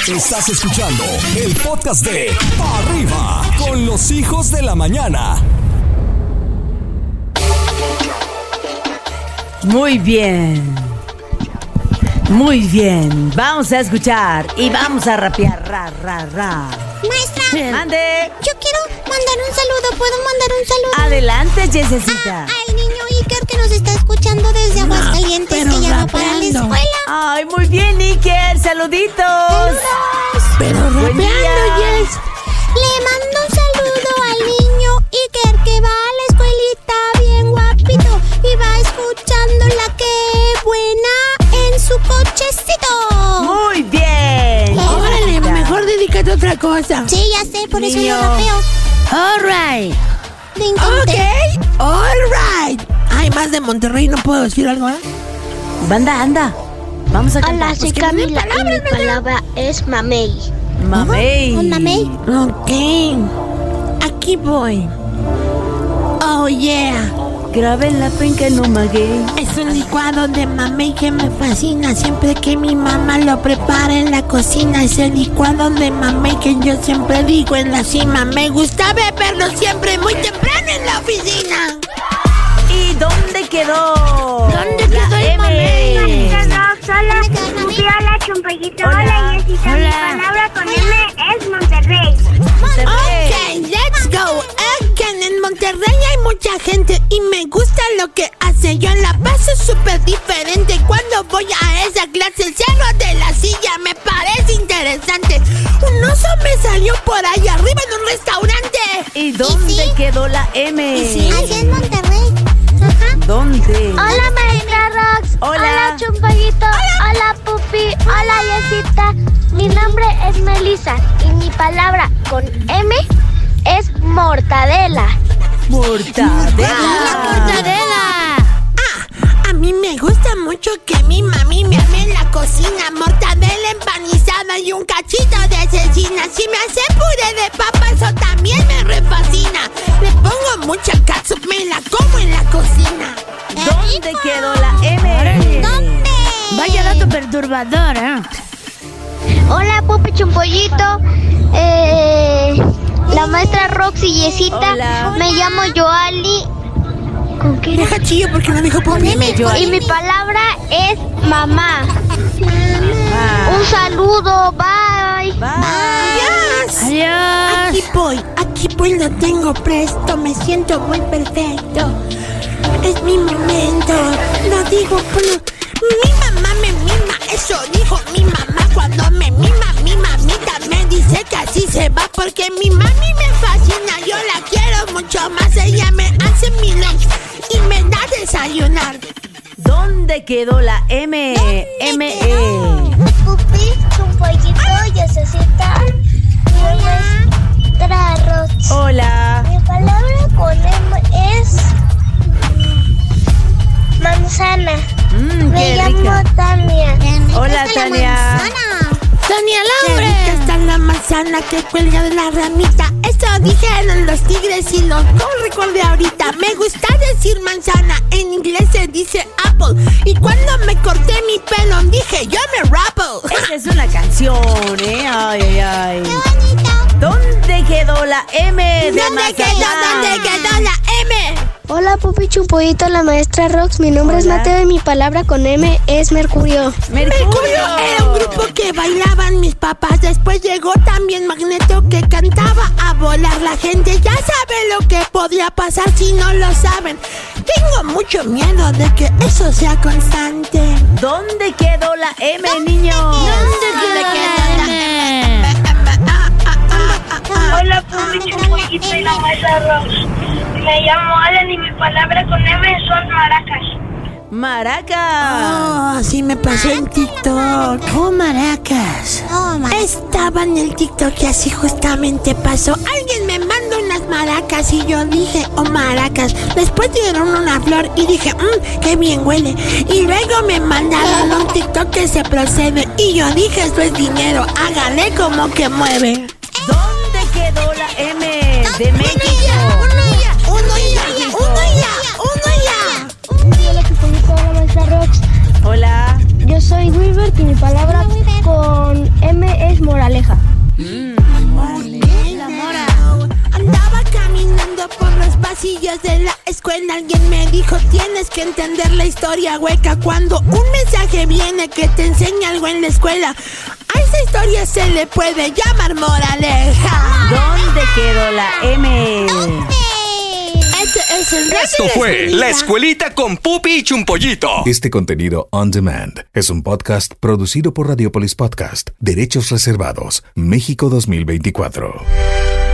Estás escuchando el podcast de Pa' Arriba con los hijos de la mañana. Muy bien. Muy bien. Vamos a escuchar y vamos a rapear. Maestra, Mande. yo quiero mandar un saludo. ¿Puedo mandar un saludo? Adelante, Jessicita. Al niño Iker que nos está escuchando desde Aguascalientes, que ya va para la escuela. Ay, muy bien, Iker. Saluditos. Pero Buen día. rapeando, Jess. Le mando un saludo al niño Iker que va a la escuelita bien guapito y va escuchando la que buena en su cochecito. Muy bien. Órale, mejor dedícate a otra cosa. Sí, ya sé, por eso Niño. yo rapeo. All right. Lo intenté. Ok, all right. Ay, más de Monterrey, ¿no puedo decir algo, eh? Banda, anda. Vamos a cantar. Hola, soy Camila y mi palabra es mamey. Mamey. Con mamey. Ok. Aquí voy. Oh, yeah. Graben la penca no maguey. Es un licuado de mamey que me fascina. Siempre que mi mamá lo prepara en la cocina. Es el licuado de mamey que yo siempre digo en la cima. Me gusta beberlo siempre muy temprano en la oficina. ¿Y dónde quedó? ¿Dónde quedó el mamey? Hola, Pupi, hola, Chumpellito, hola, Jessita. Mi palabra con M es Monterrey. Ok, let's go. Again, en Monterrey hay mucha gente y me gusta lo que hace. Yo la paso súper diferente. Cuando voy a esa clase, el cielo de la silla me parece interesante. Un oso me salió por ahí arriba en un restaurante. ¿Y dónde quedó la M? ¿Y sí? Aquí en Monterrey. Ajá. ¿Dónde? Hola, maestra Rox. Hola. Hola, Chumpellito. Hola, Pupi. Hola, Jessita. Mi nombre es Melissa y mi palabra con M es mortadela. Mortadela. A mí me gusta mucho que mi mami me ame en la cocina. Mortadela empanizada y un cachito de cecina. Si me hace puré de papa, eso también me refascina. Le pongo mucha catsup, me la como en la cocina. ¿Dónde quedó la M? ¿Dónde? Vaya dato perturbador, ¿eh? Hola, Pupi, Chumpollito. La maestra Roxy y Jessita. Hola. Me llamo Joali. ¿Con qué era? Deja chillo porque no dijo por mí. Y mi palabra es mamá. Ah. Un saludo, bye. Bye. Adiós. Aquí voy, lo tengo presto. Me siento muy perfecto. Es mi momento. Lo digo por... Mi mamá me mima. Eso dijo mi mamá cuando me mima. Mi mamita me dice que así se va porque mi mami me fascina. Yo la quiero mucho más. Ella me hace mi lunch y me da desayunar. ¿Dónde quedó la M? M-E. Pupi, Chumpollito, Jessita. Maestra Rox. Hola. Mi palabra con M es manzana. Me Qué llamo rica. Tania. Hola, Tania. Tania Laure. Qué rica está la manzana que cuelga de la ramita. Eso dijeron los tigres y los no recordé ahorita. Me gusta decir manzana, en inglés se dice apple. Y cuando me corté mi pelo dije yo me rapo. Esa es una canción, ¿eh? Ay. ¡Qué bonito! ¿Dónde quedó la M de ¿Dónde quedó? Mazatlán? ¿Dónde quedó la M? Hola, Pupi Chumpollito, la maestra Rox. Mi nombre es Hola. Mateo y mi palabra con M es Mercurio. Mercurio era un grupo que bailaban mis papás. Después llegó también Magneto que cantaba a volar. La gente ya sabe lo que podría pasar si no lo saben. Tengo mucho miedo de que eso sea constante. ¿Dónde quedó la M, niño? ¿Dónde quedó la M? Hola, Pupi, Chumpollito y la maestra Rox. Me llamo Alan y mi palabra con M son maracas. Maraca. Oh, sí me pasó en TikTok. Oh, maracas. Oh, Estaba en el TikTok y así justamente pasó. Alguien me mandó unas maracas y yo dije, oh, maracas. Después dieron una flor y dije, qué bien huele. Y luego me mandaron un TikTok que se procede. Y yo dije, esto es dinero, hágale como que mueve. ¿Dónde quedó la M de México? Hola, Chumpolito, hola, maestra Rox. Hola. Yo soy Wilbert y mi palabra con M es moraleja. La mora. Andaba caminando por los pasillos de la escuela. Alguien me dijo, tienes que entender la historia hueca. Cuando un mensaje viene que te enseña algo en la escuela, a esa historia se le puede llamar moraleja. ¿Dónde quedó la M? Esto fue La Escuelita con Pupi y Chumpollito. Este contenido on demand es un podcast producido por Radiopolis Podcast. Derechos reservados. México 2024.